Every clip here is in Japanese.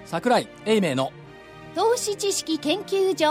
櫻井英明の投資知識研究所。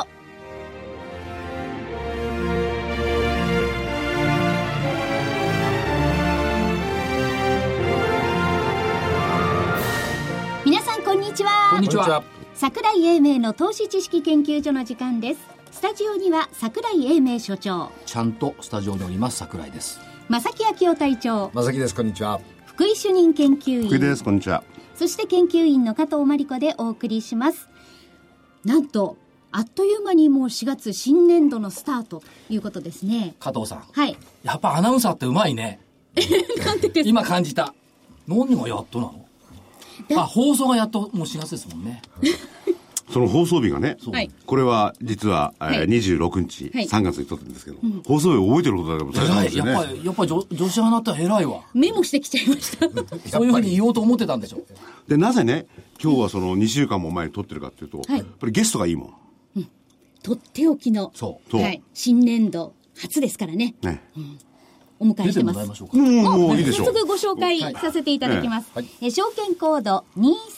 皆さんこんにちは。 こんにちは。 櫻井英明の投資知識研究所の時間です。スタジオには櫻井英明所長、 ちゃんとスタジオにおります櫻井です。 正木昭夫隊長、 正木です。こんにちは。 福井主任研究員、 福井です。こんにちは。 そして研究員の加藤真理子でお送りします。なんとあっという間にもう4月新年度のスタートということですね。 加藤さん、 はい。 やっぱアナウンサーってうまいね。 なんでですか？ 今感じた。何がやっとなの？放送がやっともう4月ですもんね。 その放送日がね、 はい、 これは実は、26日、 はい、 3月に撮ってるんですけど、放送日覚えてることだけど大変ですよね。 やっぱり女子アナって偉いわ。 メモしてきちゃいましたそういうふうに言おうと思ってたんでしょ。 で、なぜね今日はその2週間も前に撮ってるかっていうと、やっぱりゲストがいいもん、 とっておきの、はい、新年度初ですからね、お迎えしてます。 出てもらいましょうか。 もういいでしょう。 早速ご紹介させていただきます。証券コード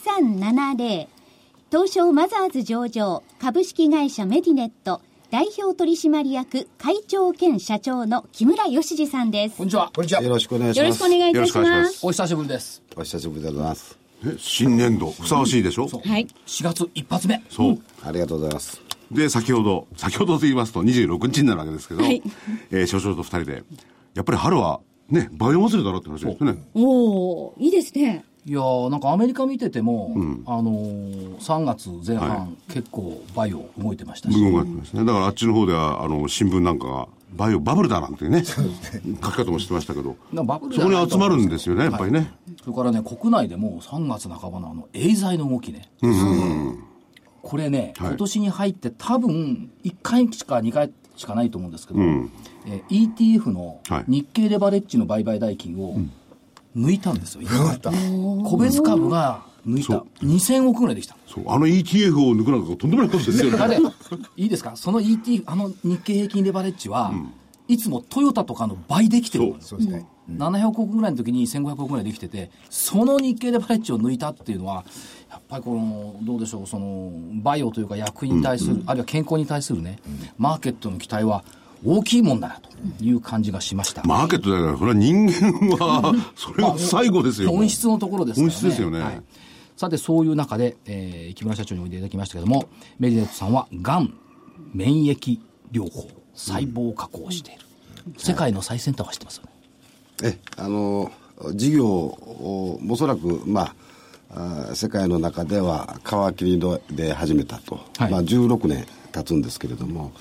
2370、東証マザーズ上場株式会社メディネット代表取締役会長兼社長の木村義二さんです。 こんにちは。 こんにちは。 よろしくお願いします。 よろしくお願いいたします。 お久しぶりです。 お久しぶりでございます。 新年度ふさわしいでしょ。 はい。 4月一発目。 そう、 ありがとうございます。 で先ほどと言いますと26日になるわけですけど、所長と2人でやっぱり春はねバイオ祭りだろって話ですよね。 おー、いいですね。 いやー、なんかアメリカ見てても、3月前半、結構バイオ動いてましたし、 動いてますね。だからあっちの方では新聞なんかがバイオバブルだなんてね書き方もしてましたけど、 バブルそこに集まるんですよね、やっぱりね。 それからね、国内でも3月半ばのエイザイの動きね、これね、今年に入って多分1回か2回しかないと思うんですけど、ETF の日経レバレッジの売買代金を抜いたんですよ。個別株が抜いた。2000億ぐらいできた。 そう、ETF を抜くなんかとんでもないことですよね。 いいですか、その ETF、日経平均レバレッジは、いつもトヨタとかの倍できてるんです。 そうですね。 700億ぐらいの時に1500億ぐらいできてて、その日経レバレッジを抜いたっていうのは、やっぱりどうでしょう、そのバイオというか薬品に対する、あるいは健康に対するね、マーケットの期待は大きいもんだなという感じがしました。 マーケットだから、これは人間はそれが最後ですよ。 本質のところですからね。 本質ですよね。 はい、さてそういう中で、木村社長においでいただきましたけども、メディネットさんはがん免疫療法細胞加工をしている、世界の最先端を走ってますよね。 事業をおそらく世界の中では皮切りで始めたと、16年経つんですけれども、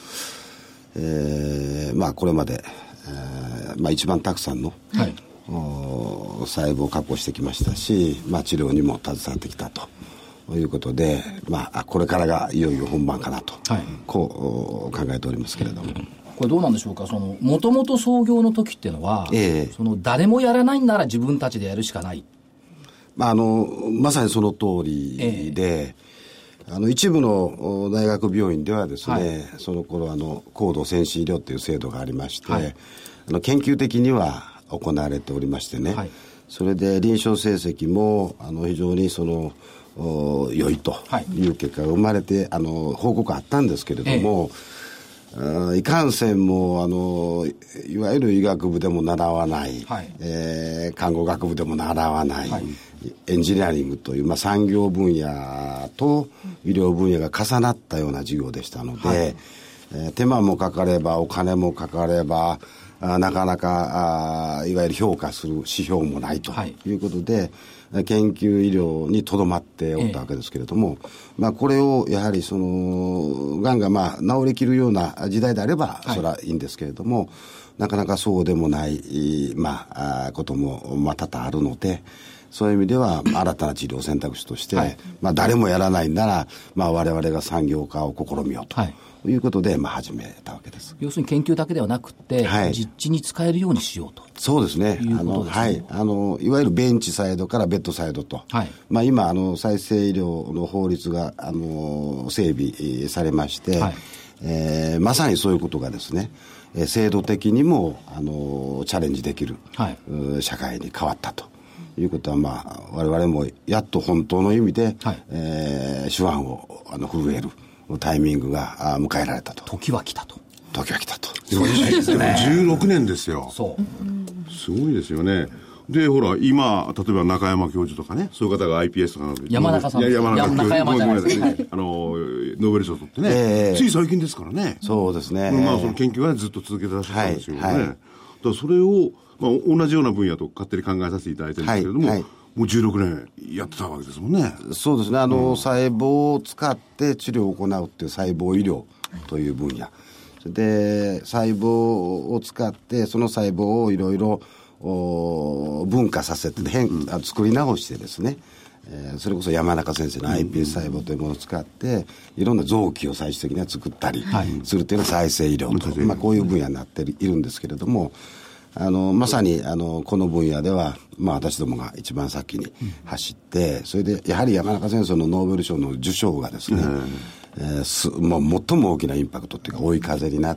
これまで、一番たくさんの、細胞を確保してきましたし、治療にも携わってきたということで、これからがいよいよ本番かなと、こう考えておりますけれども、 これどうなんでしょうか。もともと創業の時っていうのは、誰もやらないんなら自分たちでやるしかない、 まさにその通りで、一部の大学病院ではですね、その頃高度先進医療という制度がありまして、研究的には行われておりましてね、それで臨床成績も非常に良いという結果が生まれて、報告あったんですけれども、いかんせんもいわゆる医学部でも習わない、看護学部でも習わない、エンジニアリングという、産業分野と医療分野が重なったような事業でしたので、手間もかかればお金もかかればなかなかいわゆる評価する指標もないということで、研究医療にとどまっておったわけですけれども、これをやはりがんが治りきるような時代であればそれはいいんですけれども、なかなかそうでもないことも多々あるので、そういう意味では新たな治療選択肢として、誰もやらないなら、我々が産業化を試みようということで、始めたわけです。 要するに研究だけではなくて、実地に使えるようにしようと。 そうですね。いわゆるベンチサイドからベッドサイドと、今再生医療の法律が整備されまして、まさにそういうことがですね、制度的にもチャレンジできる、社会に変わったということは、我々もやっと本当の意味で、 はい、 手腕を震えるタイミングが迎えられたと。 時は来たと。 時は来たと。 そうですね。16年ですよ。 そう。 すごいですよね。で、ほら、今、例えば中山教授とかね、そういう方が iPS とか山中さん。 山中じゃないですか。 ノーベル賞取ってね、つい最近ですからね。 そうですね。 その研究はずっと続けてらっしゃったんですよね。だからそれを、同じような分野と勝手に考えさせていただいてるんですけれども、もう16年やってたわけですもんね。 そうですね。細胞を使って治療を行うっていう細胞医療という分野。で、細胞を使って、その細胞をいろいろ分化させて作り直してですね、それこそ山中先生の iPS 細胞というものを使っていろんな臓器を最終的には作ったりするというのが再生医療と、こういう分野になっているんですけれども、まさにこの分野では、私どもが一番先に走って、それでやはり山中先生のノーベル賞の受賞がですね、最も大きなインパクトというか追い風になって、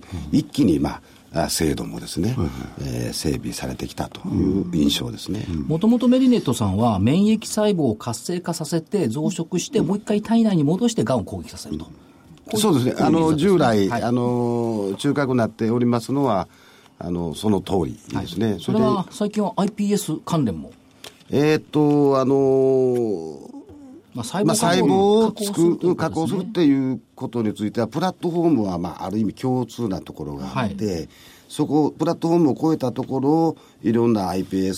一気に制度もですね、整備されてきたという印象ですね。 もともとメディネットさんは免疫細胞を活性化させて増殖して、もう一回体内に戻してがんを攻撃させると。 そうですね。従来、中核になっておりますのはその通りですね。 それは最近は iPS 関連も細胞を加工するっていうことについては、プラットフォームはある意味共通なところがあって、そこプラットフォームを超えたところをいろんな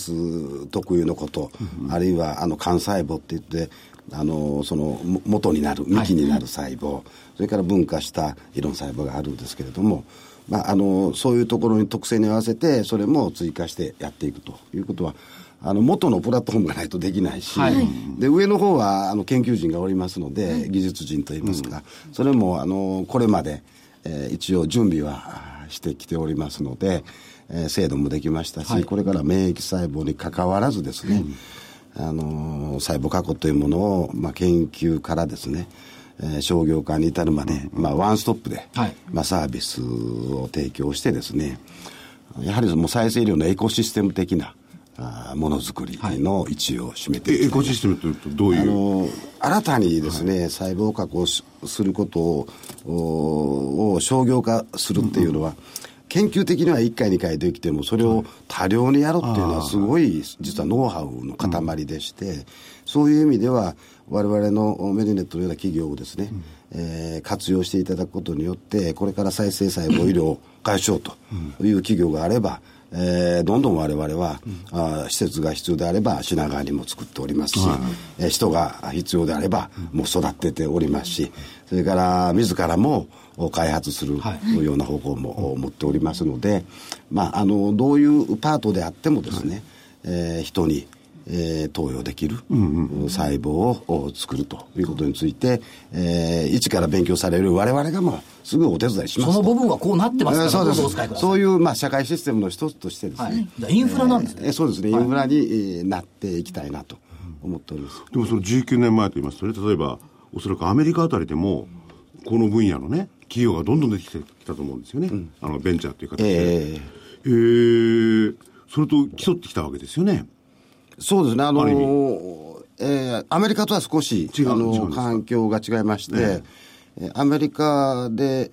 iPS 特有のこと、あるいは幹細胞っていってその元になる幹になる細胞、それから分化したいろんな細胞があるんですけれども、そういうところに特性に合わせてそれも追加してやっていくということは、元のプラットフォームがないとできないし、で上の方は研究人がおりますので、技術人といいますか、それもこれまで、一応準備はしてきておりますので、制度もできましたし、これから免疫細胞に関わらずですね、細胞加工というものを、研究からですね、商業化に至るまで、ワンストップで、サービスを提供してですね、やはりもう再生医療のエコシステム的なものづくりの位置を占めている、 エコシステムというとどういう新たにですね、細胞加工することを商業化するっていうのは、研究的には1回2回できても、それを多量にやろうっていうのはすごい実はノウハウの塊でして、そういう意味では我々のメディネットのような企業をですね、活用していただくことによって、これから再生細胞医療を開始しようという企業があれば、どんどん我々は、施設が必要であれば品川にも作っておりますし、人が必要であればもう育てておりますし、それから自らも開発するような方向も持っておりますので、どういうパートであってもですね、人に投与できる細胞を作るということについて、一から勉強される我々がもうすぐお手伝いしますと。 その部分はこうなってますから、 そうです。 どうぞお使いください。 そういう社会システムの一つとしてですね、 インフラなんですね。 そうですね、インフラになっていきたいなと思っております。 でもその19年前と言いますとね、例えばおそらくアメリカあたりでもこの分野のね企業がどんどん出てきたと思うんですよね、ベンチャーという形で、それと競ってきたわけですよね。 そうですね、アメリカとは少し環境が違いまして、アメリカで、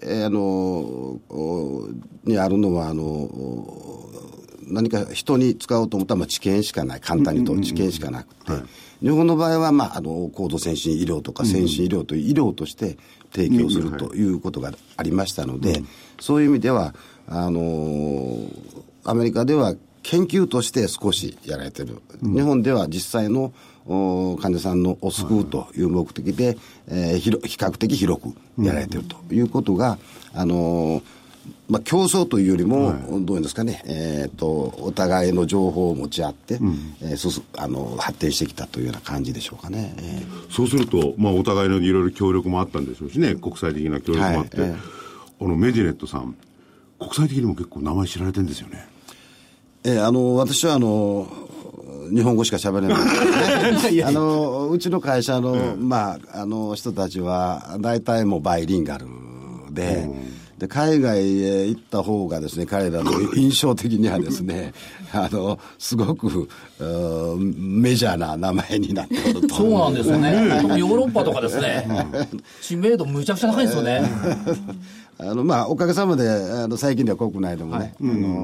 にあるのは何か人に使おうと思ったら治験しかない、簡単に言うと治験しかなくて、日本の場合は、高度先進医療とか先進医療という医療として提供するということがありましたので、そういう意味ではアメリカでは研究として少しやられている、日本では実際の患者さんを救うという目的で、比較的広くやられているということが、競争というよりも、どういうんですかね、お互いの情報を持ち合って、発展してきたというような感じでしょうかね。 そうすると、お互いのいろいろ協力もあったんでしょうしね、国際的な協力もあって、メディネットさん、国際的にも結構名前知られてるんですよね。 私は日本語しか喋れないので、うちの会社の、人たちは大体もうバイリンガルで、 で海外へ行った方がですね、彼らの印象的にはですねすごくメジャーな名前になっておると。 そうなんですよね。ヨーロッパとかですね、知名度むちゃくちゃ高いですよね。 おかげさまで最近では国内でもね、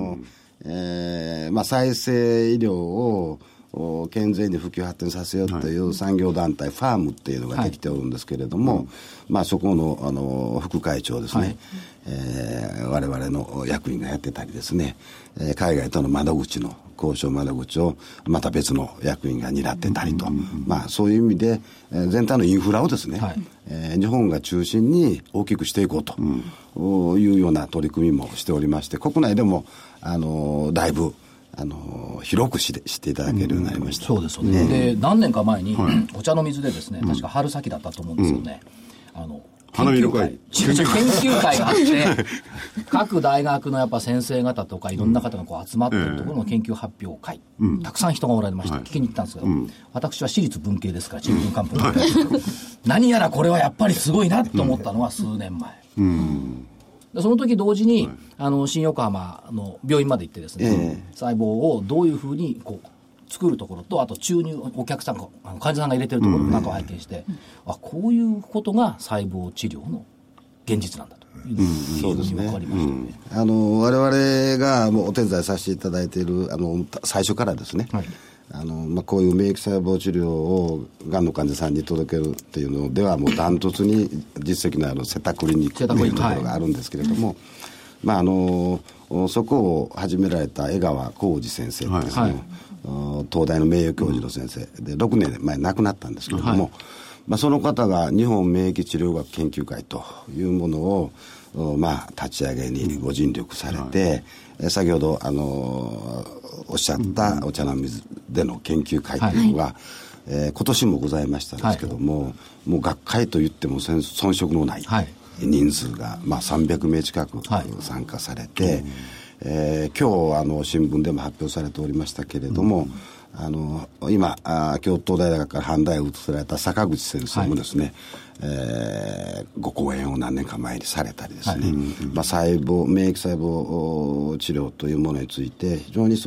再生医療を健全に普及発展させようという産業団体、ファームっていうのができておるんですけれども、そこの副会長ですね、我々の役員がやってたりですね、海外との窓口の交渉窓口をまた別の役員が担ってたりと、そういう意味で全体のインフラをですね、日本が中心に大きくしていこうというような取り組みもしておりまして、国内でもだいぶ広くしていただけるようになりました。 そうですよね。で何年か前にお茶の水でですね、確か春先だったと思うんですよね、研究会があって各大学のやっぱ先生方とかいろんな方がこう集まっているところの研究発表会、たくさん人がおられまして、聞きに行ったんですけど、私は私立文系ですから、ちんぷんかんぷん何やらこれはやっぱりすごいなと思ったのは数年前、その時同時に、新横浜の病院まで行ってですね、細胞をどういうふうにこう作るところと、あと注入、お客さんが患者さんが入れてるところなんかを拝見して、こういうことが細胞治療の現実なんだというふうに分かりましたね。 我々がもうお手伝いさせていただいている最初からですね、こういう免疫細胞治療をがんの患者さんに届けるっていうのではもうダントツに実績のあるセタクリニックというところがあるんですけれども、そこを始められた江川浩二先生ですね、東大の名誉教授の先生で6年前亡くなったんですけれども、その方が日本免疫治療学研究会というものを立ち上げにご尽力されて、先ほどおっしゃったお茶の水での研究会というのが、今年もございましたんですけども、もう学会といっても遜色のない人数が、300名近く参加されて、今日新聞でも発表されておりましたけれども、今京都大学から阪大を移された坂口先生もですね、ご講演を何年か前にされたりですね、免疫細胞治療というものについて非常に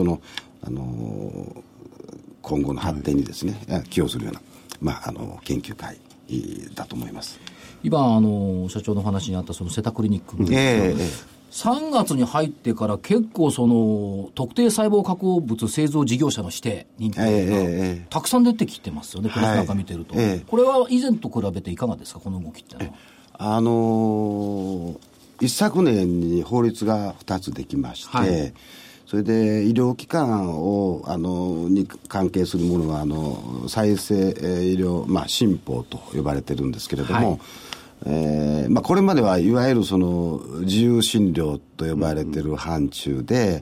今後の発展にですね、寄与するような、研究会だと思います。 今社長の話にあったそのセタクリニック、3月に入ってから結構特定細胞加工物製造事業者の指定認定がたくさん出てきてますよね、これなんか見てると、これは以前と比べていかがですか、この動きってのは。 一昨年に法律が2つできまして、それで医療機関に関係するものは再生医療、新法と呼ばれてるんですけれども、これまではいわゆる自由診療と呼ばれている範疇で、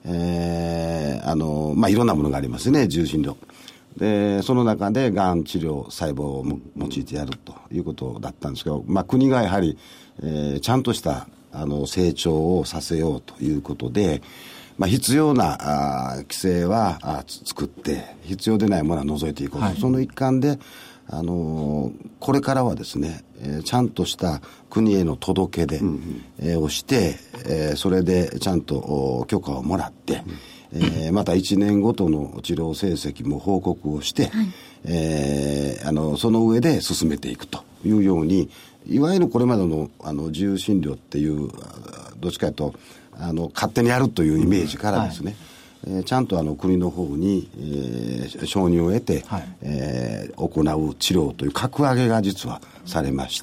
いろんなものがありますね、自由診療で。その中でがん治療細胞を用いてやるということだったんですけど、国がやはり、ちゃんとした成長をさせようということで、必要な規制は作って必要でないものは除いていこうと、その一環でこれからはですね、ちゃんとした国への届け出、をして、それでちゃんと許可をもらって、また1年ごとの治療成績も報告をして、その上で進めていくというように、いわゆるこれまでの自由診療っていうどっちかというと勝手にやるというイメージからですね、ちゃんと国の方に、承認を得て、行う治療という格上げが実はされまして、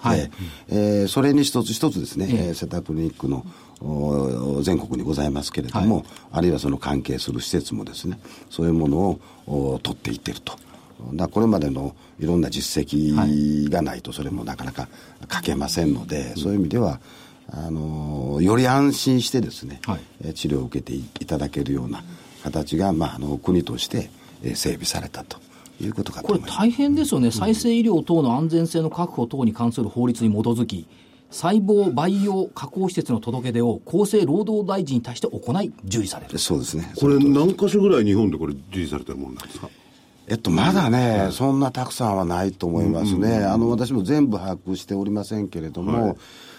それに一つ一つですね、セタクリニックの全国にございますけれども、あるいはその関係する施設もですね、そういうものを取っていっていると。これまでのいろんな実績がないとそれもなかなか書けませんので、そういう意味ではより安心してですね、治療を受けていただけるような形が、国として整備されたということかと思います。 これ大変ですよね、再生医療等の安全性の確保等に関する法律に基づき、細胞培養加工施設の届け出を厚生労働大臣に対して行い受理される。 そうですね。 これ何箇所ぐらい日本でこれ受理されてるものなんですか？ まだね、そんなたくさんはないと思いますね。私も全部把握しておりませんけれども、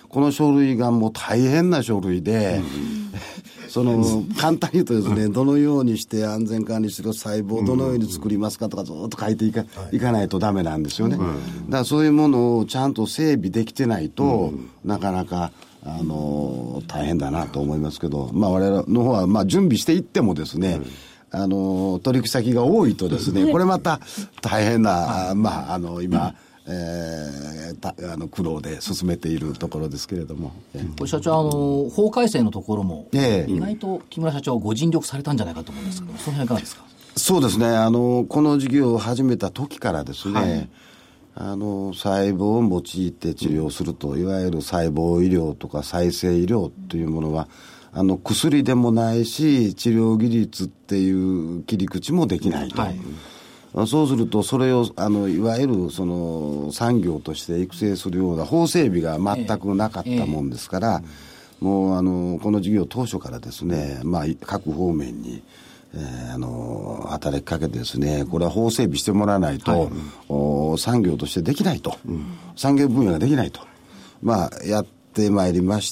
この書類がもう大変な書類で、簡単に言うとですね、どのようにして安全管理しろ、細胞をどのように作りますかとかずっと書いていかないとダメなんですよね。だからそういうものをちゃんと整備できてないと、なかなか大変だなと思いますけど、我々の方は準備していってもですね、取引先が多いとですね、これまた大変な、今、苦労で進めているところですけれども、 これ社長、法改正のところも、意外と木村社長ご尽力されたんじゃないかと思うんですけど、その辺いかがですか？ そうですね、この事業を始めた時からですね、細胞を用いて治療すると、いわゆる細胞医療とか再生医療というものは薬でもないし、治療技術っていう切り口もできないと。そうすると、それをいわゆる産業として育成するような法整備が全くなかったもんですから、もうこの事業当初からですね、各方面に働きかけてですね、これは法整備してもらわないと、産業としてできないと、産業分野ができないと、やってまいりまして、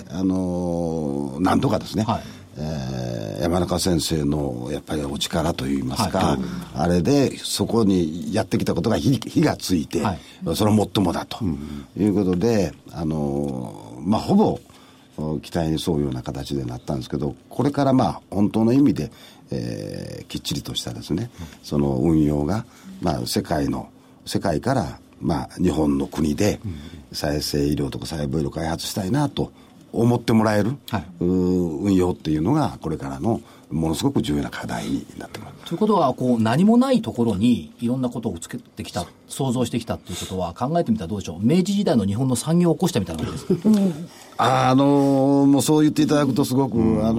なんとかですね、山中先生のやっぱりお力といいますか、あれでそこにやってきたことが火がついて、それはもっともだということで、ほぼ期待に沿うような形でなったんですけど、これから本当の意味で、きっちりとしたですね、その運用が、世界から日本の国で再生医療とか細胞医療を開発したいなと思ってもらえる、運用っていうのがこれからのものすごく重要な課題になってくる。 ということは何もないところにいろんなことをつけてきた、想像してきたということは、考えてみたらどうでしょう、明治時代の日本の産業を起こしたみたいな感じですか？ もうそう言っていただくとすごく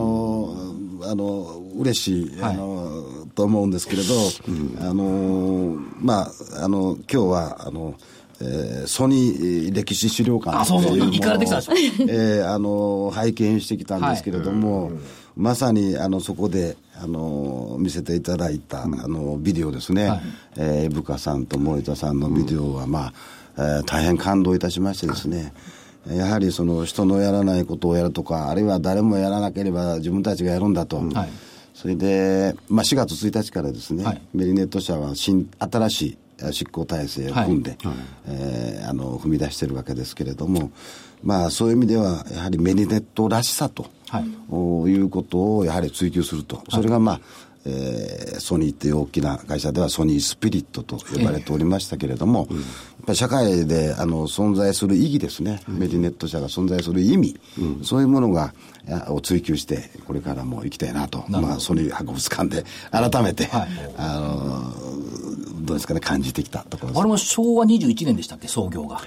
嬉しい、と思うんですけれど、今日はソニー歴史資料館っていうものを拝見してきたんですけれども、まさにそこで見せていただいたビデオですね、部下さんと森田さんのビデオは大変感動いたしましてですね、やはり人のやらないことをやるとか、あるいは誰もやらなければ自分たちがやるんだと、それで、4月1日からですね、メリネット社は新しい執行体制を組んで、踏み出しているわけですけれども、そういう意味ではやはりメリネットらしさと、いうことをやはり追求すると、それがソニーっていう大きな会社ではソニースピリットと呼ばれておりましたけれども、やっぱり社会で存在する意義ですね、メディネット社が存在する意味、そういうものを追求してこれからも行きたいなと、ソニー博物館で改めて、どうですかね、感じてきたところです。 あれも昭和21年でしたっけ、創業が。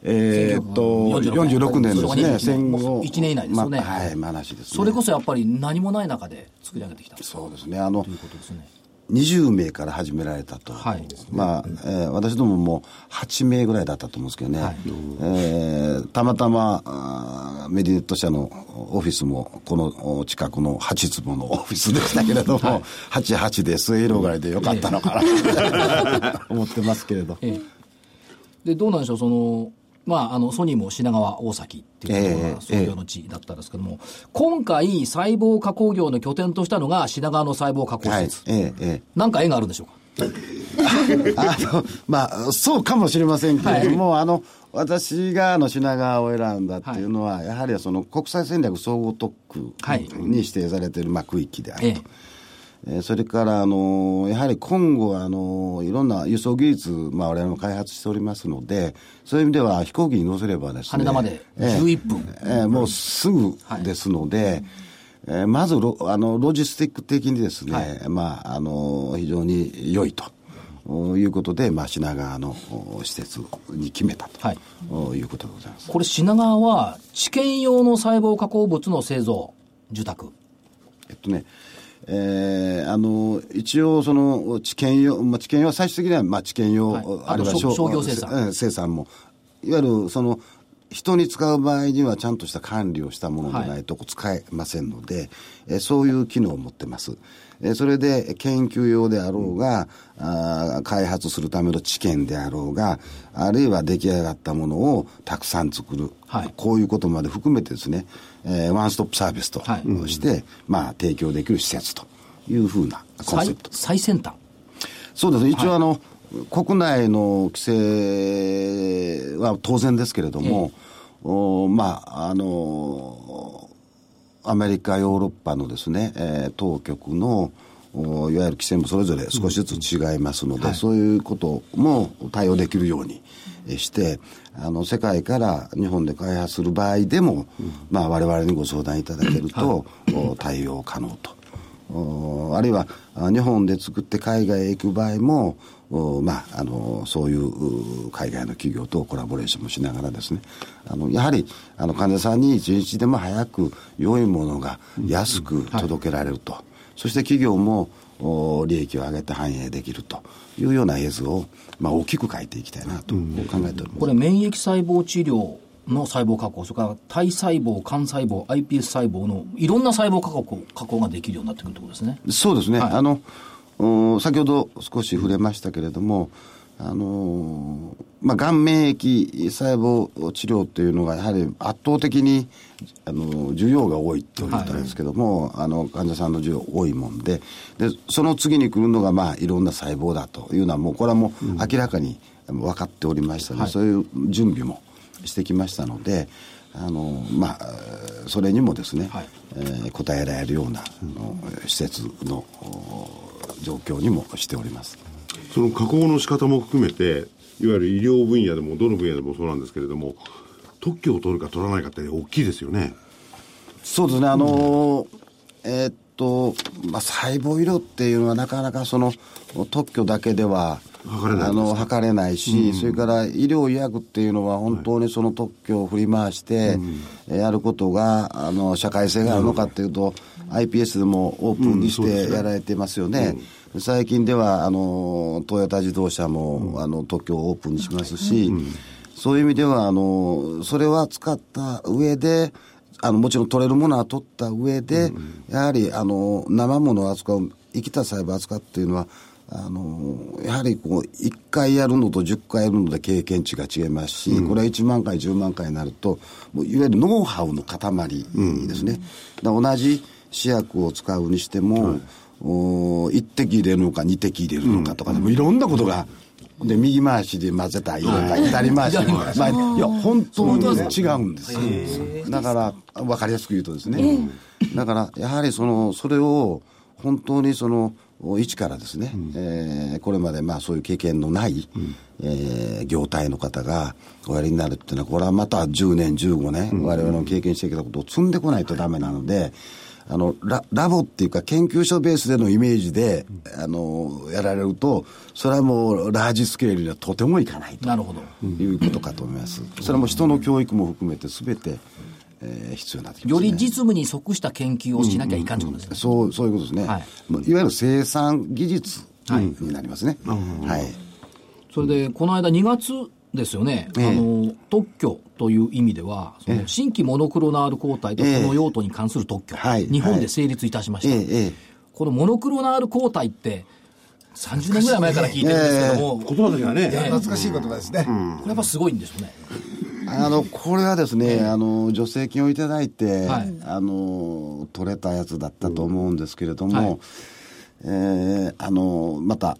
46年ですね、戦後 1年以内ですよね。 話ですね。 それこそやっぱり何もない中で作り上げてきた。 そうですね。 ということですね。 20名から始められたと。私どもも8名ぐらいだったと思うんですけどね。たまたまメディネット社のオフィスもこの近くの8坪のオフィスでしたけれども、88で末広がりでよかったのかなと思ってますけれど。 で、どうなんでしょう、ソニーも品川、大崎っていうところが創業の地だったんですけども、今回細胞加工業の拠点としたのが品川の細胞加工施設、なんか縁があるんでしょうか？そうかもしれませんけれども、私が品川を選んだっていうのは、やはり国際戦略総合特区に指定されている区域であると。それからやはり今後いろんな輸送技術、我々も開発しておりますので、そういう意味では飛行機に乗せればですね、 羽田まで11分、 もうすぐですので、まずロジスティック的にですね、非常に良いということで、品川の施設に決めたということでございます。 これ品川は治験用の細胞加工物の製造受託、 一応治験用は最終的には治験用、あるいは商業生産もいわゆる人に使う場合にはちゃんとした管理をしたものでないと使えませんので、そういう機能を持ってます。それで研究用であろうが、開発するための知見であろうが、あるいは出来上がったものをたくさん作る、こういうことまで含めてですね、ワンストップサービスとして、提供できる施設というふうなコンセプト。 最先端。そうですね。一応国内の規制は当然ですけれども、アメリカ、ヨーロッパのですね、当局のいわゆる規制もそれぞれ少しずつ違いますので、そういうことも対応できるようにして、世界から日本で開発する場合でも、我々にご相談いただけると、対応可能と。あるいは日本で作って海外へ行く場合も、そういう海外の企業とコラボレーションもしながらですね、やはり患者さんに一日でも早く良いものが安く届けられると、そして企業も利益を上げて反映できるというような絵図を、大きく変えていきたいなと考えております。 これ免疫細胞治療の細胞加工、それから体細胞、幹細胞、iPS 細胞のいろんな細胞加工ができるようになってくるということですね。 そうですね。先ほど少し触れましたけれども、がん免疫細胞治療というのがやはり圧倒的に需要が多いと言ったんですけども、患者さんの需要多いもんで、その次に来るのがいろんな細胞だというのはもうこれはもう明らかに分かっておりましたので、そういう準備もしてきましたので、それにもですね、応えられるような施設の状況にもしております。 その加工の仕方も含めて、いわゆる医療分野でもどの分野でもそうなんですけれども、特許を取るか取らないかって大きいですよね。 そうですね。細胞医療っていうのはなかなかその特許だけでは測れないし、それから医療医薬っていうのは本当にその特許を振り回してやることが社会性があるのかっていうと、iPS でもオープンにしてやられてますよね。最近ではトヨタ自動車も特許をオープンにしますし、そういう意味ではそれは使った上でもちろん取れるものは取った上で、やはり生ものを扱う、生きた細胞を扱うっていうのはやはり1回やるのと10回やるので経験値が違いますし、これは1万回10万回になるともういわゆるノウハウの塊ですね。同じ試薬を使うにしても、1滴入れるのか2滴入れるのかとか、いろんなことがで、右回しで混ぜたらいいのか、左回しで、いや本当に違うんですよ。だから分かりやすく言うとですね、だからやはりそれを本当に一からですね、これまでそういう経験のない、業態の方がおやりになるっていうのは、これはまた10年15年、我々の経験してきたことを積んでこないとダメなので、ラボっていうか研究所ベースでのイメージでやられると、それはもうラージスケールにはとてもいかないということかと思います。それはもう人の教育も含めて全て必要になってきますね。 より実務に即した研究をしなきゃいかんということですね。 そういうことですね。いわゆる生産技術になりますね。 それでこの間2月ですよね、特許という意味では、その新規モノクロナール抗体とこの用途に関する特許、日本で成立いたしました。このモノクロナール抗体って30年ぐらい前から聞いてるんですけども、 言葉だけはね、 懐かしい言葉ですね。 これやっぱすごいんですよね。 これはですね、助成金をいただいて、取れたやつだったと思うんですけれども、また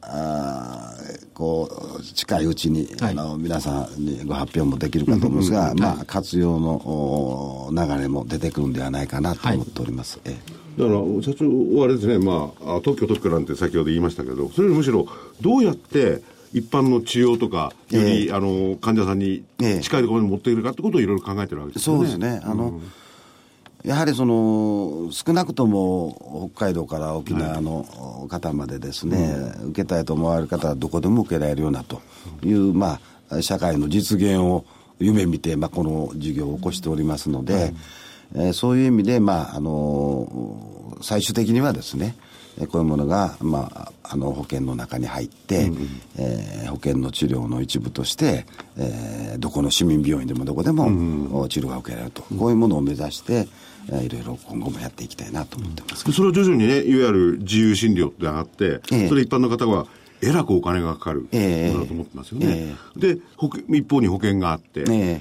近いうちに、皆さんにご発表もできるかと思うんですが、活用の流れも出てくるんではないかなと思っております。だから社長はあれですね、特許なんて先ほど言いましたけど、それよりむしろどうやって一般の治療とかより、患者さんに近いところに持っているかってことをいろいろ考えてるわけですよね。 そうですね。やはり少なくとも北海道から沖縄の方までですね、受けたいと思われる方はどこでも受けられるようなという、社会の実現を夢見て、この事業を起こしておりますので、 そういう意味で、最終的にはですね、こういうものが、保険の中に入って、保険の治療の一部として、どこの市民病院でもどこでも、治療が受けられると、こういうものを目指して、いろいろ今後もやっていきたいなと思ってます。 それは徐々にね、いわゆる自由診療って上がって、それ一般の方はえらくお金がかかるものだと思ってますよね。で、一方に保険があって、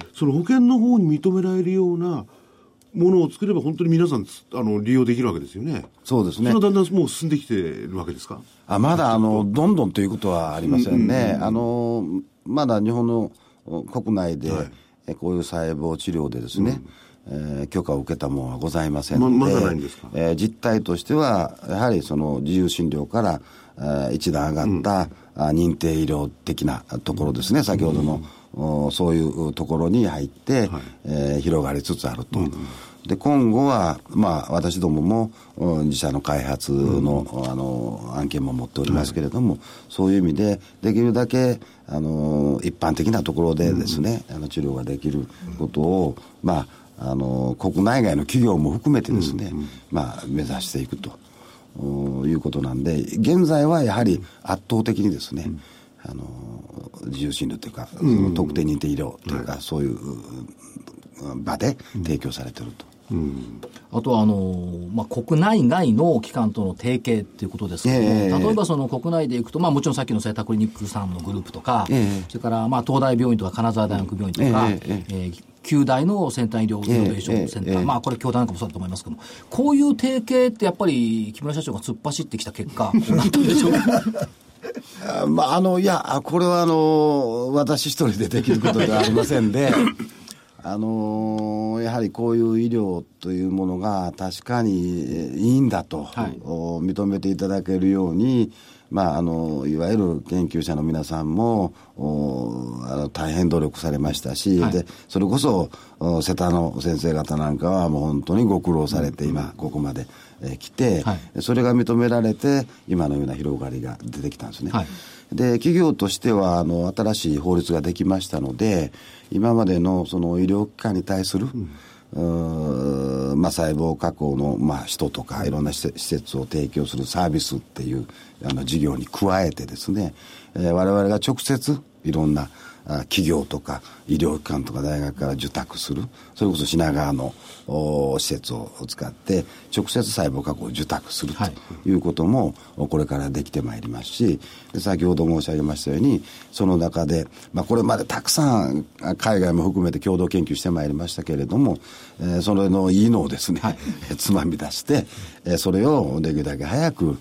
その保険の方に認められるようなものを作れば本当に皆さん利用できるわけですよね。 そうですね。 それはだんだんもう進んできてるわけですか？ まだどんどんということはありませんね。まだ日本の国内で、こういう細胞治療でですね、許可を受けたものはございませんので、 まだないんですか？ 実態としてはやはりその自由診療から一段上がった、認定医療的なところですね、先ほどの、そういうところに入って、広がりつつあると。で今後は、私どもも自社の開発の、案件も持っておりますけれども、そういう意味でできるだけ一般的なところでですね、治療ができることを、国内外の企業も含めてですね、目指していくということなんで、現在はやはり圧倒的にですね、自由診療というか、その特定認定医療というか、そういう場で提供されていると。 あとは国内外の機関との提携ということですけども、例えばその国内でいくと、もちろんさっきのセータクリニックさんのグループとか、それから東大病院とか金沢大学病院とか、9大の先端医療イノベーションセンター、これ京大なんかもそうだと思いますけども、こういう提携ってやっぱり木村社長が突っ走ってきた結果、こうなったんでしょうか？ いや、これは私一人でできることではありませんで、やはりこういう医療というものが確かにいいんだと、認めていただけるように、いわゆる研究者の皆さんも大変努力されましたし、でそれこそ瀬田の先生方なんかはもう本当にご苦労されて今ここまで来て、それが認められて今のような広がりが出てきたんですね。で企業としては新しい法律ができましたので、今までのその医療機関に対する、細胞加工の、人とかいろんな施設を提供するサービスっていう事業に加えてですね、我々が直接いろんな企業とか医療機関とか大学から受託する、それこそ品川の施設を使って直接細胞加工を受託するということもこれからできてまいりますし、先ほど申し上げましたように、その中で、これまでたくさん海外も含めて共同研究してまいりましたけれども、それのいいのをですね、つまみ出して、それをできるだけ早く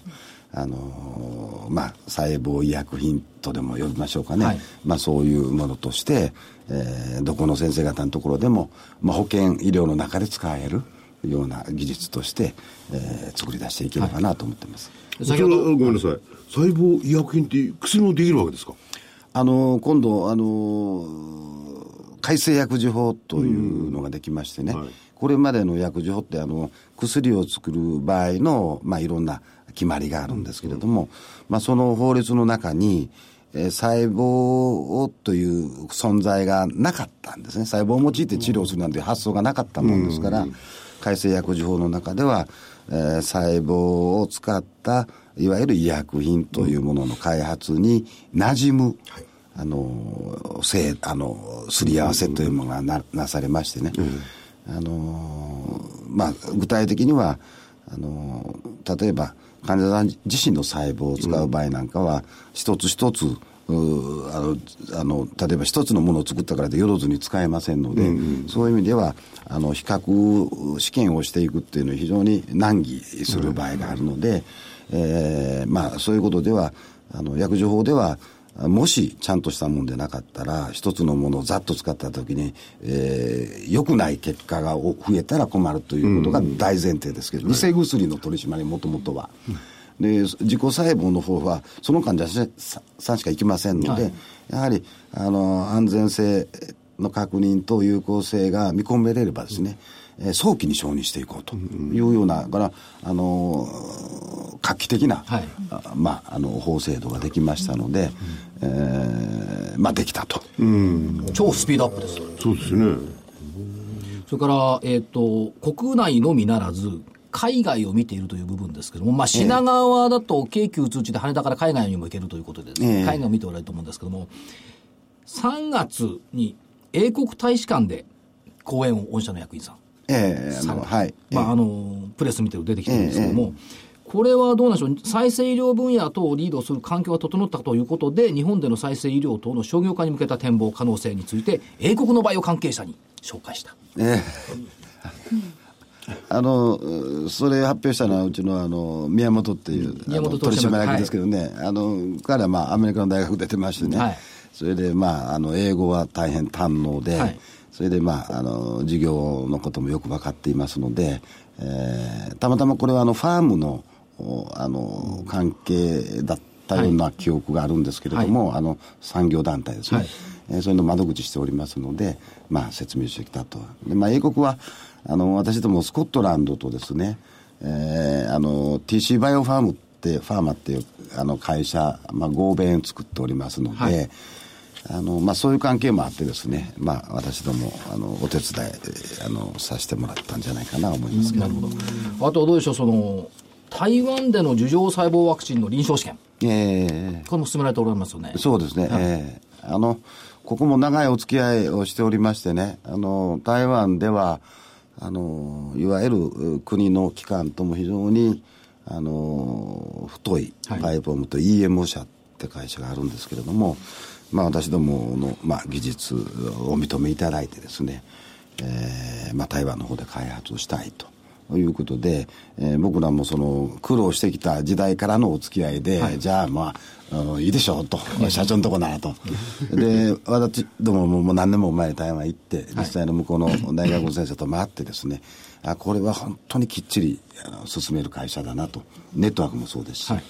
細胞医薬品とでも呼びましょうかね、そういうものとして、どこの先生方のところでも、保険医療の中で使えるような技術として、作り出していければなと思っています。 先ほどごめんなさい、細胞医薬品って薬もできるわけですか？ 今度改正薬事法というのができましてね、これまでの薬事法って薬を作る場合の、いろんな決まりがあるんですけれども、その法律の中に、細胞という存在がなかったんですね。細胞を用いて治療するなんて発想がなかったもんですから、改正薬事法の中では、細胞を使ったいわゆる医薬品というものの開発に馴染む、すり合わせというものが なされましてね、具体的には例えば患者さん自身の細胞を使う場合なんかは、一つ一つ例えば一つのものを作ったからでよろずに使えませんので、そういう意味では比較試験をしていくっていうのは非常に難儀する場合があるので、そういうことでは薬事法ではもしちゃんとしたものでなかったら、一つのものをざっと使ったときに、良くない結果が増えたら困るということが大前提ですけど、偽薬の取り締まりもともとは、で自己細胞の方はその患者さんしか行きませんので、やはり安全性の確認と有効性が見込めれればですね、早期に承認していこうというような、から画期的な、法制度ができましたので、できたと。 超スピードアップです。 そうですね。 それから、国内のみならず海外を見ているという部分ですけども、品川だと京急通知で羽田から海外にも行けるということでですね、海外を見ておられると思うんですけども、3月に英国大使館で講演を御社の役員さん、はい、プレス見てる出てきてるんですけども、これはどうなんでしょう、再生医療分野等をリードする環境が整ったということで、日本での再生医療等の商業化に向けた展望可能性について英国のバイオ関係者に紹介した。 それ発表したのはうちの宮本っていう取締役ですけどね、彼はアメリカの大学出てましてね、はい、それで英語は大変堪能で、はい、それで事業のこともよく分かっていますので、たまたまこれはファームの関係だったような記憶があるんですけれども、はい、産業団体ですね、はい、それの窓口しておりますので、説明してきたと。で、英国は私どもスコットランドとですね、TC バイオファーマっていう会社、合弁作っておりますので、はい、そういう関係もあってですね、私どもお手伝いさせてもらったんじゃないかなと思いますけど。 なるほど。あとどうでしょう、台湾での樹状細胞ワクチンの臨床試験、これも進められておられますよね。 そうですね、はい、ここも長いお付き合いをしておりましてね、台湾ではいわゆる国の機関とも非常に太いパイプを持って EMO 社って会社があるんですけれども、私どもの、技術をお認めいただいてですね、台湾の方で開発をしたいということで、僕らもその苦労してきた時代からのお付き合いで、はい、じゃあいいでしょうと、社長のとこならとで、私どもも何年も前に台湾行って、実際の向こうの大学の先生と回ってですね、これは本当にきっちり進める会社だなと、ネットワークもそうですし、はい、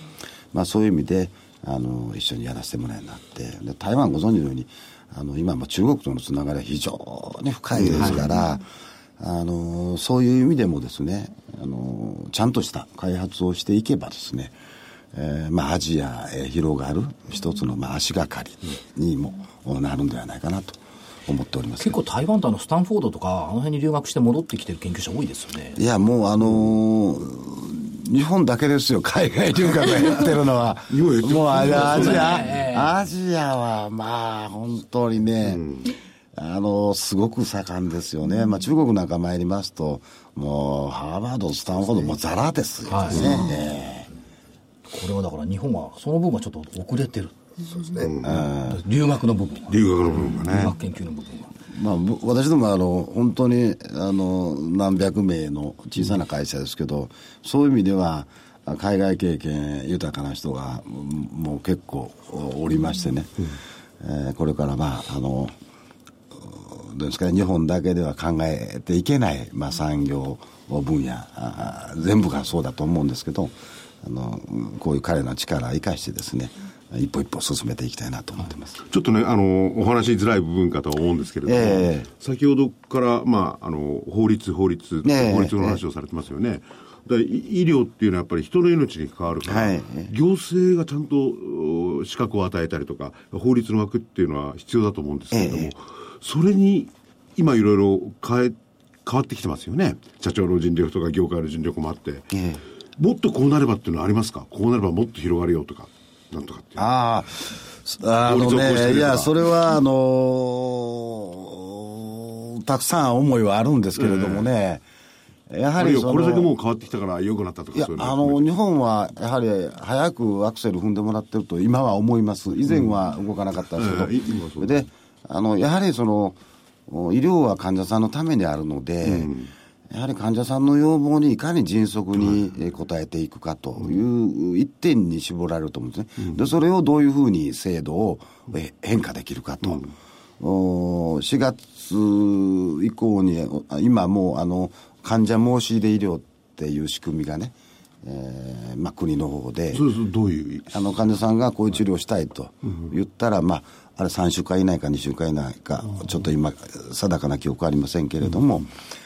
そういう意味で一緒にやらせてもらえるようになって、で台湾ご存知のように今中国とのつながりは非常に深いですから、そういう意味でもですね、ちゃんとした開発をしていけばですね、アジアへ広がる一つの足がかりにもなるんではないかなと思っております。 結構台湾とスタンフォードとか辺に留学して戻ってきてる研究者多いですよね。 いや、もう日本だけですよ、海外留学がやってるのはもうアジアは本当にね、すごく盛んですよね。中国なんか参りますと、もうハーバード、スタンフォードもザラですよね。はい、 これはだから日本はその部分はちょっと遅れてる。そうですね。留学の部分がね。留学研究の部分は。 私ども本当に何百名の小さな会社ですけど、そういう意味では海外経験豊かな人がもう結構おりましてね、これからどうですかね、日本だけでは考えていけない、産業分野全部がそうだと思うんですけど、こういう彼の力を生かしてですね、一歩一歩進めていきたいなと思ってます。 ちょっとね、お話しづらい部分かとは思うんですけれども、先ほどから、法律の話をされてますよね。医療っていうのはやっぱり人の命に関わるから、行政がちゃんと資格を与えたりとか、法律の枠っていうのは必要だと思うんですけれども、それに今いろいろ変わってきてますよね。社長の尽力とか業界の尽力もあって、もっとこうなればっていうのはありますか？こうなればもっと広がるよとかなんとかっていう。 いや、それはたくさん思いはあるんですけれどもね、やはりこれだけもう変わってきたから良くなったとか、そういうの日本はやはり早くアクセル踏んでもらってると今は思います。以前は動かなかったですけど、でやはり医療は患者さんのためにあるので、やはり患者さんの要望にいかに迅速に応えていくかという一点に絞られると思うんですね。でそれをどういうふうに制度を変化できるかと、4月以降に今もう患者申し入れ医療っていう仕組みがね、国の方でどういう患者さんがこういう治療をしたいと言ったら、あれ3週間以内か2週間以内かちょっと今定かな記憶ありませんけれども、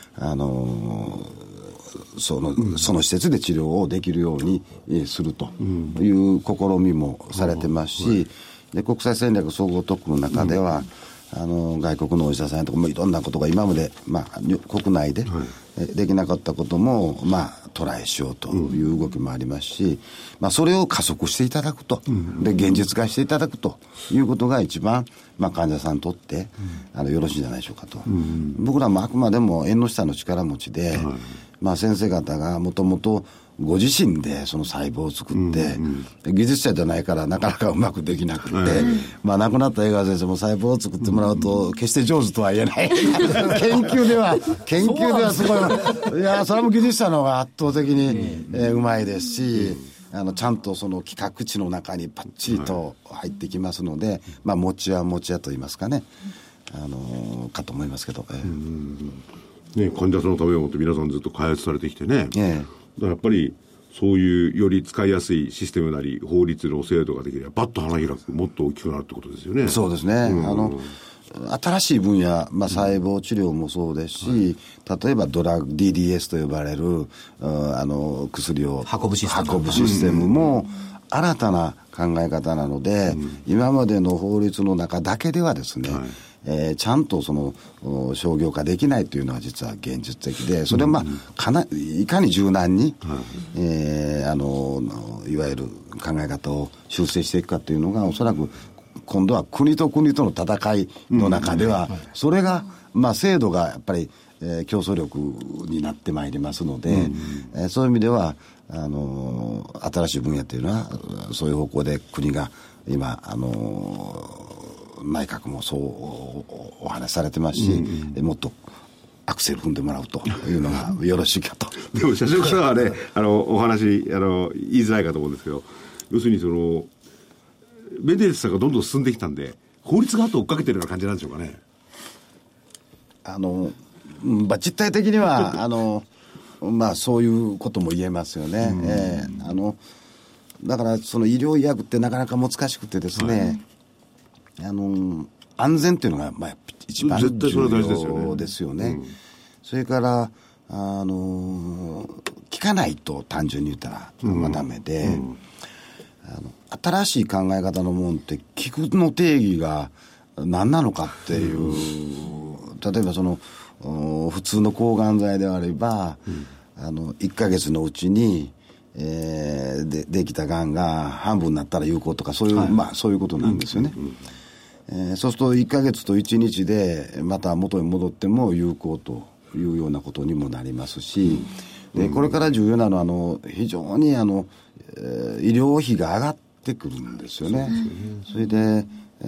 その施設で治療をできるようにするという試みもされてますし、で国際戦略総合特区の中では、 外国のお医者さんとかもいろんなことが今まで、国内で、できなかったことも、トライしようという動きもありますし、それを加速していただくと、で現実化していただくということが一番、患者さんにとって、よろしいんじゃないでしょうかと。僕らもあくまでも縁の下の力持ちで、先生方がもともとご自身でその細胞を作って、技術者じゃないからなかなかうまくできなくて、亡くなった江川先生も細胞を作ってもらうと決して上手とは言えない研究ではすごいいやそれも技術者の方が圧倒的に、うまいですし、ちゃんとその企画値の中にパッチリと入ってきますので、持ち屋と言いますかね、かと思いますけど、 患者さんのためを思って皆さんずっと開発されてきてね、だからやっぱりそういうより使いやすいシステムなり法律の制度ができればバッと花開く、もっと大きくなるってことですよね。 そうですね、新しい分野、細胞治療もそうですし、例えばドラッグ DDS と呼ばれる薬を運ぶシステムも新たな考え方なので、今までの法律の中だけではですね、ちゃんとその商業化できないというのは実は現実的で、それをいかに柔軟に、いわゆる考え方を修正していくかというのが、おそらく今度は国と国との戦いの中では、それが制度がやっぱり、競争力になってまいりますので、そういう意味では新しい分野というのはそういう方向で国が今内閣もそうお話しされてますし、もっとアクセル踏んでもらうというのがよろしいかと。 でも社長からはね、お話言いづらいかと思うんですけど、要するにそのメディアスさんがどんどん進んできたんで、法律が後追っかけてるような感じなんでしょうかね。 実態的にはそういうことも言えますよね。だからその医療医薬ってなかなか難しくてですね、安全っていうのが一番重要ですよね。それから効かないと単純に言ったらダメで、新しい考え方のもんって効くの定義が何なのかっていう、例えばその普通の抗がん剤であれば、1ヶ月のうちにできたがんが半分になったら有効とか、そういう、そういうことなんですよね。そうすると1ヶ月と1日でまた元に戻っても有効というようなことにもなりますし、でこれから重要なのは非常に医療費が上がってくるんですよね。それで、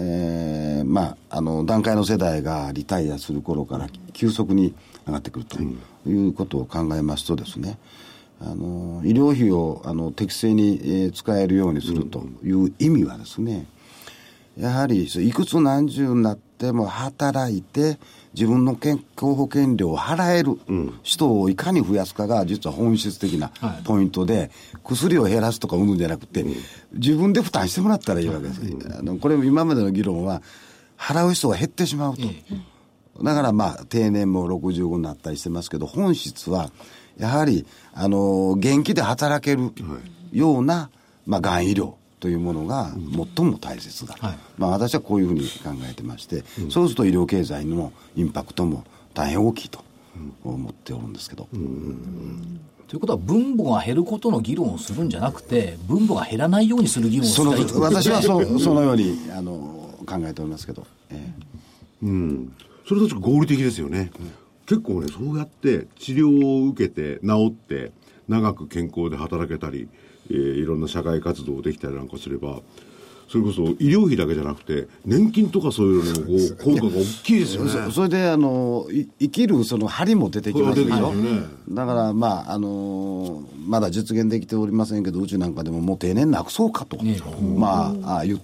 団塊の世代がリタイアする頃から急速に上がってくるということを考えますとですね、医療費を適正に使えるようにするという意味はですね、やはりいくつ何十になっても働いて自分の健康保険料を払える人をいかに増やすかが実は本質的なポイントで、薬を減らすとか生むんじゃなくて、自分で負担してもらったらいいわけです。これも今までの議論は払う人が減ってしまうと。だから定年も65になったりしてますけど、本質はやはり元気で働けるようながん医療というものが最も大切だ、私はこういうふうに考えてまして、そうすると医療経済のインパクトも大変大きいと思っておるんですけど、 ということは分母が減ることの議論をするんじゃなくて、分母が減らないようにする議論をする私はそのように考えておりますけど、 それ確か合理的ですよね。結構ね、そうやって治療を受けて治って長く健康で働けたり、いろんな社会活動できたりなんかすれば、それこそ医療費だけじゃなくて年金とかそういうのも効果が大きいですよね。 それで生きるその張も出てきますでしょ。だからまだ実現できておりませんけど、うちなんかでももう定年なくそうかと、言って、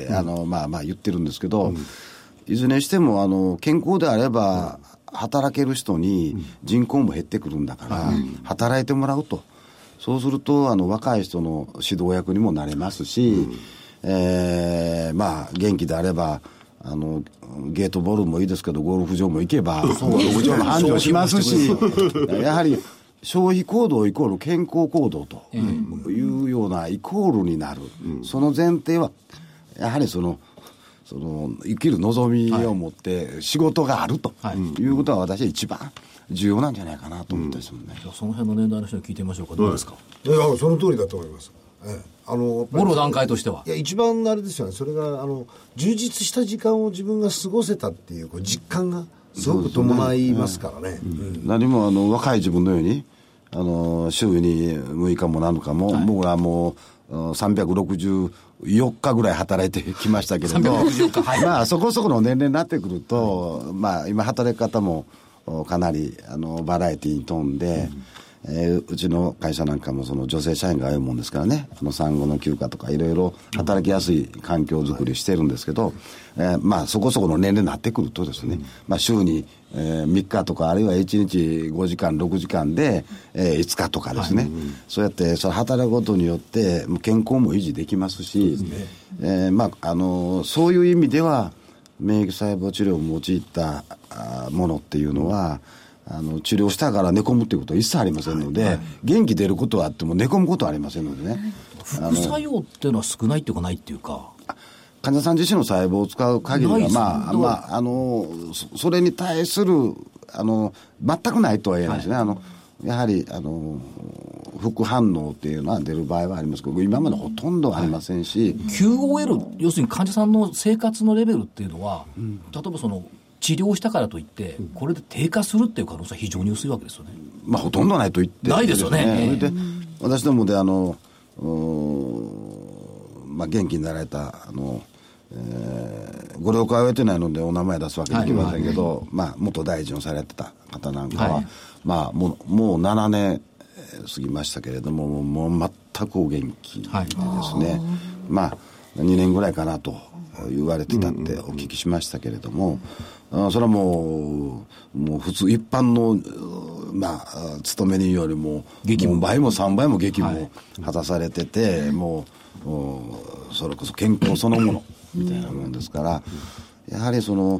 言ってるんですけど、いずれにしても健康であれば働ける人に人口も減ってくるんだから、働いてもらうと。そうすると若い人の指導役にもなれますし、元気であればゲートボールもいいですけどゴルフ場も行けばゴルフ場も繁盛しますしやはり消費行動イコール健康行動というようなイコールになる、その前提はやはりそのその生きる望みを持って仕事があるということは私は一番重要なんじゃないかなと思ったりするね。 その辺の年代の人に聞いてみましょうか。どうですか。 いやその通りだと思います。 もろ段階としては。 いや一番あれですよね。それが充実した時間を自分が過ごせたっていう実感がすごく伴いますからね。 何も若い自分のように週に6日も7日も、僕らもう364日ぐらい働いてきましたけれど、まあそこそこの年齢になってくると、まあ今働き方もかなりバラエティに富んで、うちの会社なんかもその女性社員が多いもんですからね、産後の休暇とかいろいろ働きやすい環境づくりしてるんですけど、まあそこそこの年齢になってくるとですね、まあ週に3日とかあるいは1日5時間6時間で5日とかですね、そうやってそれ働くことによって健康も維持できますし、まあそういう意味では免疫細胞治療を用いたものっていうのは、治療したから寝込むということは一切ありませんので、元気出ることはあっても寝込むことはありませんのでね。 副作用っていうのは少ないっていうかないっていうか、 患者さん自身の細胞を使う限りはそれに対する全くないとは言えないですね。やはり副反応っていうのは出る場合はありますけど、今までほとんどありませんし、 QOL 要するに患者さんの生活のレベルっていうのは、例えばその治療したからといってこれで低下するっていう可能性は非常に薄いわけですよね。 まあほとんどないと言ってないですよね。 で私どもでまあ、元気になられたご了解を得てないのでお名前出すわけにいきませんけど、まあ、元大臣をされてた方なんかは、まあ、もう7年過ぎましたけれども、もう全くお元気でですね、まあ2年ぐらいかなと言われてたってお聞きしましたけれども、それはもう普通一般のまあ勤め人よりも2倍も3倍も激務を果たされてて、もうそれこそ健康そのものみたいなもんですから、やはりその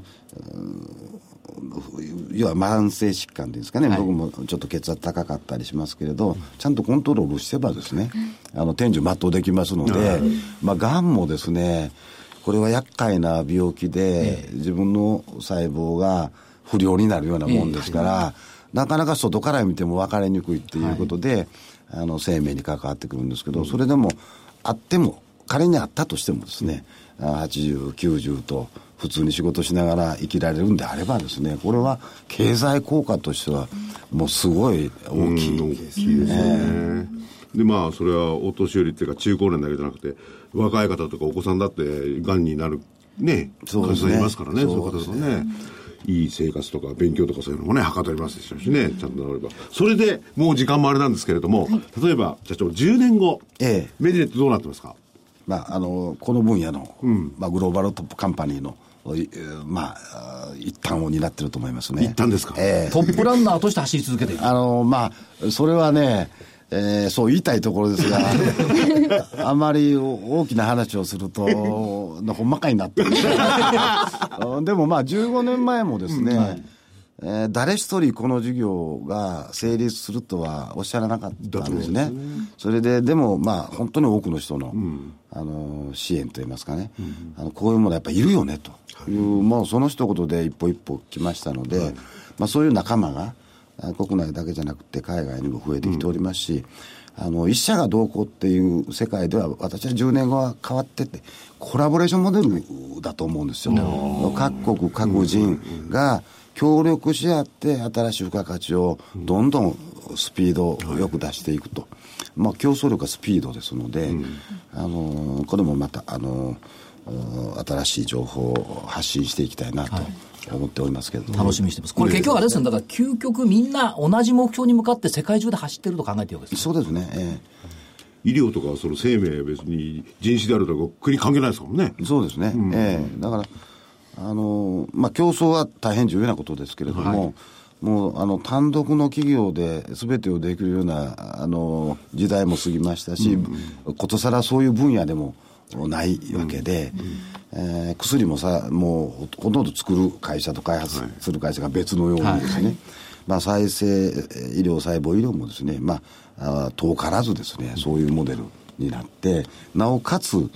要は慢性疾患ですかね、僕もちょっと血圧高かったりしますけれど、ちゃんとコントロールしてばですね、天寿全うできますので、まあがんもですね、これは厄介な病気で、自分の細胞が不良になるようなもんですから、なかなか外から見ても分かりにくいっていうことで、生命に関わってくるんですけど、それでもあっても、仮にあったとしてもですね、80、90と普通に仕事しながら生きられるんであればですね、これは経済効果としてはもうすごい大きい。 大きいですね。でまあそれはお年寄りっていうか中高年だけじゃなくて、若い方とかお子さんだってがんになるね、患者さんいますからね、そういう方ですね。いい生活とか勉強とかそういうのもね、はかどりますでしょうしね、ちゃんとなれば。それでもう時間もあれなんですけれども、例えば社長10年後、メディネットどうなってますか。 まあ、この分野の、まあ、グローバルトップカンパニーのまあ一端を担ってると思いますね。 一端ですか。 トップランナーとして走り続けている。 まあそれはね、そう言いたいところですがあまり大きな話をするとほんまかいなってでもまあ15年前もですね、誰一人この事業が成立するとはおっしゃらなかったんですね。それででもまあ本当に多くの人の、支援といいますかね、こういうものやっぱりいるよねという、もうその一言で一歩一歩来ましたので、まあ、そういう仲間が国内だけじゃなくて海外にも増えてきておりますし、一社がどうこうっていう世界では私は10年後は変わってて、コラボレーションモデルだと思うんですよ。各国各人が協力し合って新しい付加価値をどんどんスピードよく出していくと、まあ、競争力がスピードですので、これもまた新しい情報を発信していきたいなと思っておりますけど、 楽しみにしてます。これ結局あれですね、だから究極みんな同じ目標に向かって世界中で走ってると考えているわけです。 そうですね。 医療とかその生命別に人種であるとか国関係ないですからね。 そうですね。だからまあ、競争は大変重要なことですけれども、もう単独の企業で全てをできるような時代も過ぎましたし、ことさらそういう分野でもないわけで、薬ももうほとんど作る会社と開発する会社が別のようにですね、まあ、再生医療細胞医療もですね、まあ、遠からずですね、そういうモデルになって、なおかつ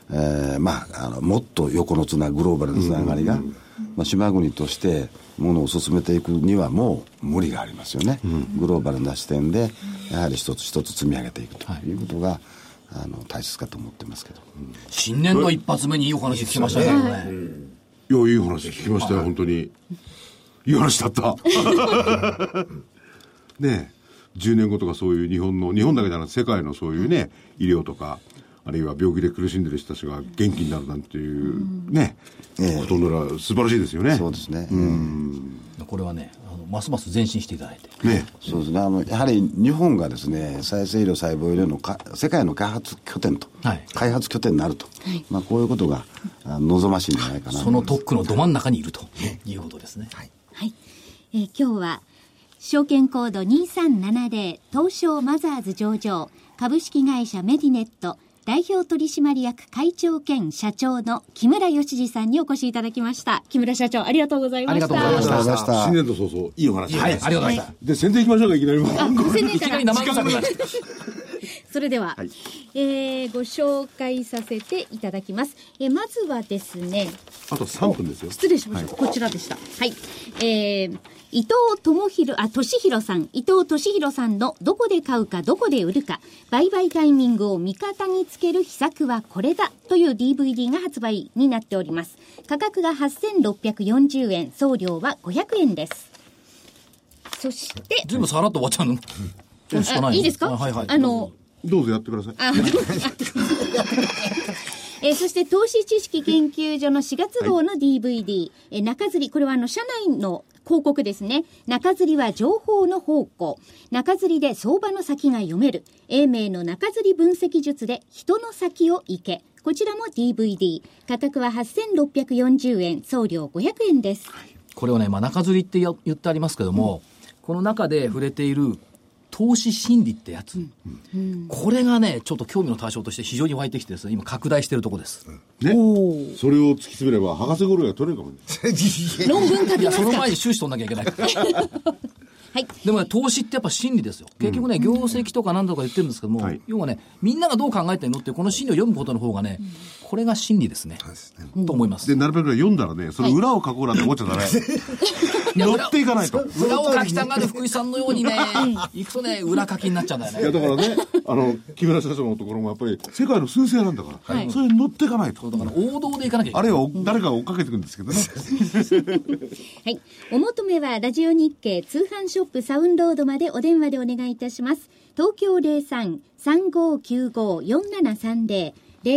もっと横のグローバルなつながりが、島国としてものを進めていくにはもう無理がありますよね、グローバルな視点でやはり一つ一つ積み上げていくということが、大切かと思ってますけど、 新年の一発目にいいお話聞きましたね。 いや、いい話聞きましたよ、本当にいい話だったねえ、10年後とかそういう日本だけじゃなくて世界のそういうね、医療とかあるいは病気で苦しんでる人たちが元気になるなんていうね、ことなら素晴らしいですよね。 そうですね、 これはね、ますます前進していただいて、 ね、そうですね、やはり日本がですね、再生医療細胞医療の世界の開発拠点と、開発拠点になると、こういうことが望ましいんじゃないかな。 その特区のど真ん中にいるということですね。 今日は証券コード2370東証マザーズ上場株式会社メディネット代表取締役会長兼社長の木村義次さんにお越しいただきました。木村社長、ありがとうございました。 ありがとうございました。 新年度早々いいお話です。 はい、ありがとうございました。 で、宣伝いきましょうか。いきなりいきなり生臭くなっちゃった。 それでは、ご紹介させていただきます。まずはですね、 あと3分ですよ。 失礼しました。こちらでした。はい。伊藤俊弘さんのどこで買うかどこで売るか売買タイミングを味方につける秘策はこれだという DVD が発売になっております。価格が8640円、送料は500円です。そして全部さらっと終わっちゃうの？ いいですか？ はいはい。 どうぞやってください。 そして投資知識研究所の4月号の DVD、中吊り、これは社内の広告ですね。中吊りは情報の宝庫。中吊りで相場の先が読める。英明の中吊り分析術で人の先を行け。こちらも DVD。価格は8640円、送料500円です。 これをね、中吊りって言ってありますけども、この中で触れている投資心理ってやつ、これがねちょっと興味の対象として非常に湧いてきてですね、今拡大しているところです、 ね、それを突き詰めれば博士号が取れるかもね論文書きますか？ いや、その前に修士取んなきゃいけないはい、でもね、投資ってやっぱ心理ですよ。結局ね、業績とか何とか言ってるんですけども、要はね、みんながどう考えてるのっていうこの心理を読むことの方がね、これが心理ですね、と思います。 で、なるべく読んだらね、その裏を書こうなんて思っちゃダメ、乗っていかないと。 裏を書きたがる福井さんのようにね、行くとね、裏書きになっちゃうんだよね。 いや、だからね、木村社長のところもやっぱり世界の趨勢なんだから、それに乗っていかないと。 だから王道でいかなきゃいけない。 あるいは誰かが追っかけていくんですけどねはい、お求めはラジオ日経通販ショップサウンロードまでお電話でお願いいたします。東京 03-3595-4730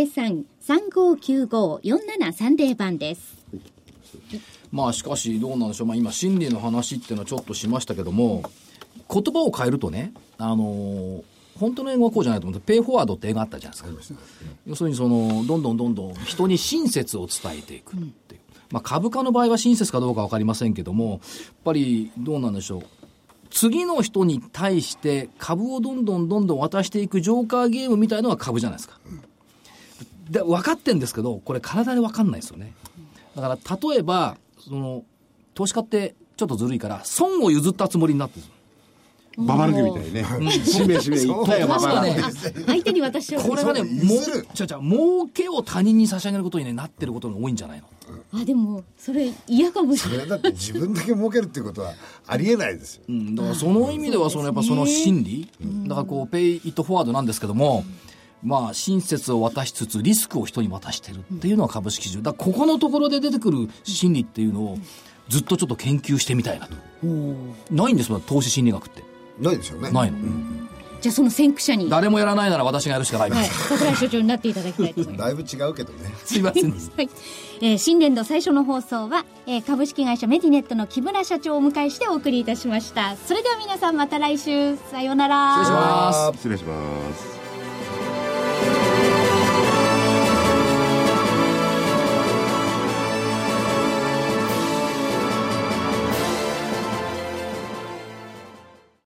03-3595-4730 番です。 しかしどうなんでしょう、今心理の話っていうのはちょっとしましたけども、言葉を変えるとね、本当の英語はこうじゃないと思う。ペイフォワードって映画あったじゃないですか。要するにどんどん人に親切を伝えていくっていう、株価の場合は親切かどうか分かりませんけども、やっぱりどうなんでしょう、次の人に対して株をどんどん渡していくジョーカーゲームみたいのが株じゃないですか。で、分かってんですけど、これ体で分かんないですよね。だから例えば投資家ってちょっとずるいから損を譲ったつもりになってる。 ババ抜きみたいね。しめ言ったよババ抜き。 相手に渡しちゃう。 これがね、儲けを他人に差し上げることに、なってることが多いんじゃないの。 でもそれ嫌かもしれない。 それだって自分だけ儲けるっていうことはありえないですよ。 だからその意味ではやっぱその心理、だからペイイットフォワードなんですけども、親切を渡しつつリスクを人に渡してるっていうのは株式市場だから、ここのところで出てくる心理っていうのをずっとちょっと研究してみたいなと。ないんですよ、投資心理学って。 ないですよね。 ないの。 じゃあその先駆者に誰もやらないなら私がやるしかないです。 櫻井所長になっていただきたいと思います。 だいぶ違うけどね。 すいません、 新年度最初の放送は、株式会社メディネットの木村社長をお迎えしてお送りいたしました。それでは皆さんまた来週、さようなら。 失礼します。 失礼します。